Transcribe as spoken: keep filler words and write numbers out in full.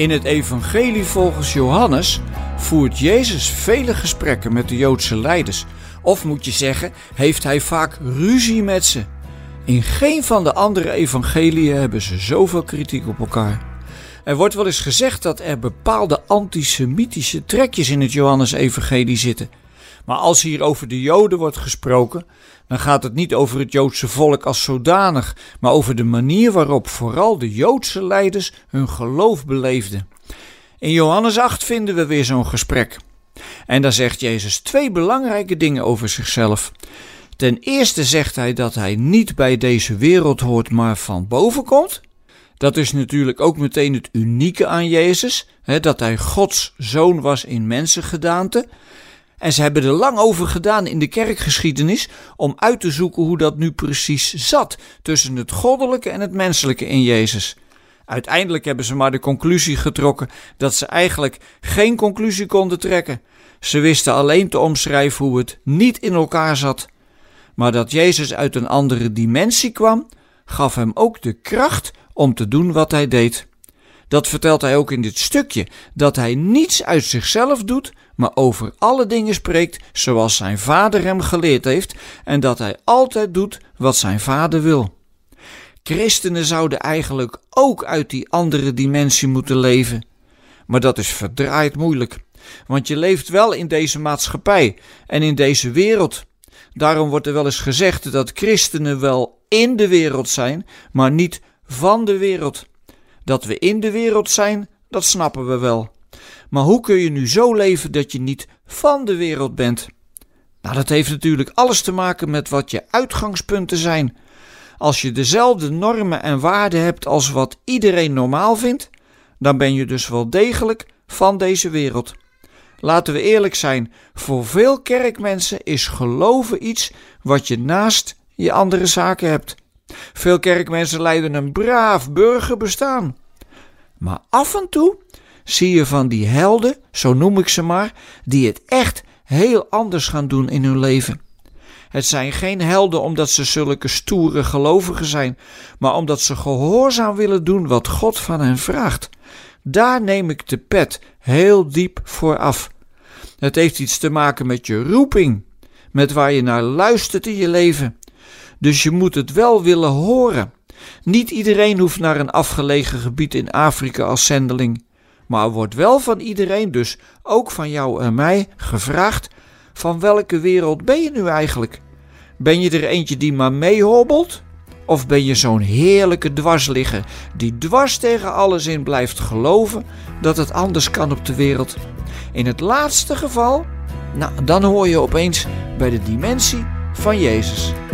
In het evangelie volgens Johannes voert Jezus vele gesprekken met de Joodse leiders. Of moet je zeggen, heeft hij vaak ruzie met ze. In geen van de andere evangeliën hebben ze zoveel kritiek op elkaar. Er wordt wel eens gezegd dat er bepaalde antisemitische trekjes in het Johannes-evangelie zitten. Maar als hier over de Joden wordt gesproken, dan gaat het niet over het Joodse volk als zodanig, maar over de manier waarop vooral de Joodse leiders hun geloof beleefden. In Johannes acht vinden we weer zo'n gesprek. En daar zegt Jezus twee belangrijke dingen over zichzelf. Ten eerste zegt hij dat hij niet bij deze wereld hoort, maar van boven komt. Dat is natuurlijk ook meteen het unieke aan Jezus, hè, dat hij Gods zoon was in mensengedaante. En ze hebben er lang over gedaan in de kerkgeschiedenis om uit te zoeken hoe dat nu precies zat tussen het goddelijke en het menselijke in Jezus. Uiteindelijk hebben ze maar de conclusie getrokken dat ze eigenlijk geen conclusie konden trekken. Ze wisten alleen te omschrijven hoe het niet in elkaar zat. Maar dat Jezus uit een andere dimensie kwam, gaf hem ook de kracht om te doen wat hij deed. Dat vertelt hij ook in dit stukje, dat hij niets uit zichzelf doet, maar over alle dingen spreekt zoals zijn vader hem geleerd heeft en dat hij altijd doet wat zijn vader wil. Christenen zouden eigenlijk ook uit die andere dimensie moeten leven. Maar dat is verdraaid moeilijk, want je leeft wel in deze maatschappij en in deze wereld. Daarom wordt er wel eens gezegd dat christenen wel in de wereld zijn, maar niet van de wereld. Dat we in de wereld zijn, dat snappen we wel. Maar hoe kun je nu zo leven dat je niet van de wereld bent? Nou, dat heeft natuurlijk alles te maken met wat je uitgangspunten zijn. Als je dezelfde normen en waarden hebt als wat iedereen normaal vindt, dan ben je dus wel degelijk van deze wereld. Laten we eerlijk zijn, voor veel kerkmensen is geloven iets wat je naast je andere zaken hebt. Veel kerkmensen leiden een braaf burgerbestaan. Maar af en toe zie je van die helden, zo noem ik ze maar, die het echt heel anders gaan doen in hun leven. Het zijn geen helden omdat ze zulke stoere gelovigen zijn, maar omdat ze gehoorzaam willen doen wat God van hen vraagt. Daar neem ik de pet heel diep voor af. Het heeft iets te maken met je roeping, met waar je naar luistert in je leven. Dus je moet het wel willen horen. Niet iedereen hoeft naar een afgelegen gebied in Afrika als zendeling. Maar er wordt wel van iedereen, dus ook van jou en mij, gevraagd: van welke wereld ben je nu eigenlijk? Ben je er eentje die maar meehobbelt? Of ben je zo'n heerlijke dwarsligger die dwars tegen alles in blijft geloven dat het anders kan op de wereld? In het laatste geval, nou, dan hoor je opeens bij de dimensie van Jezus.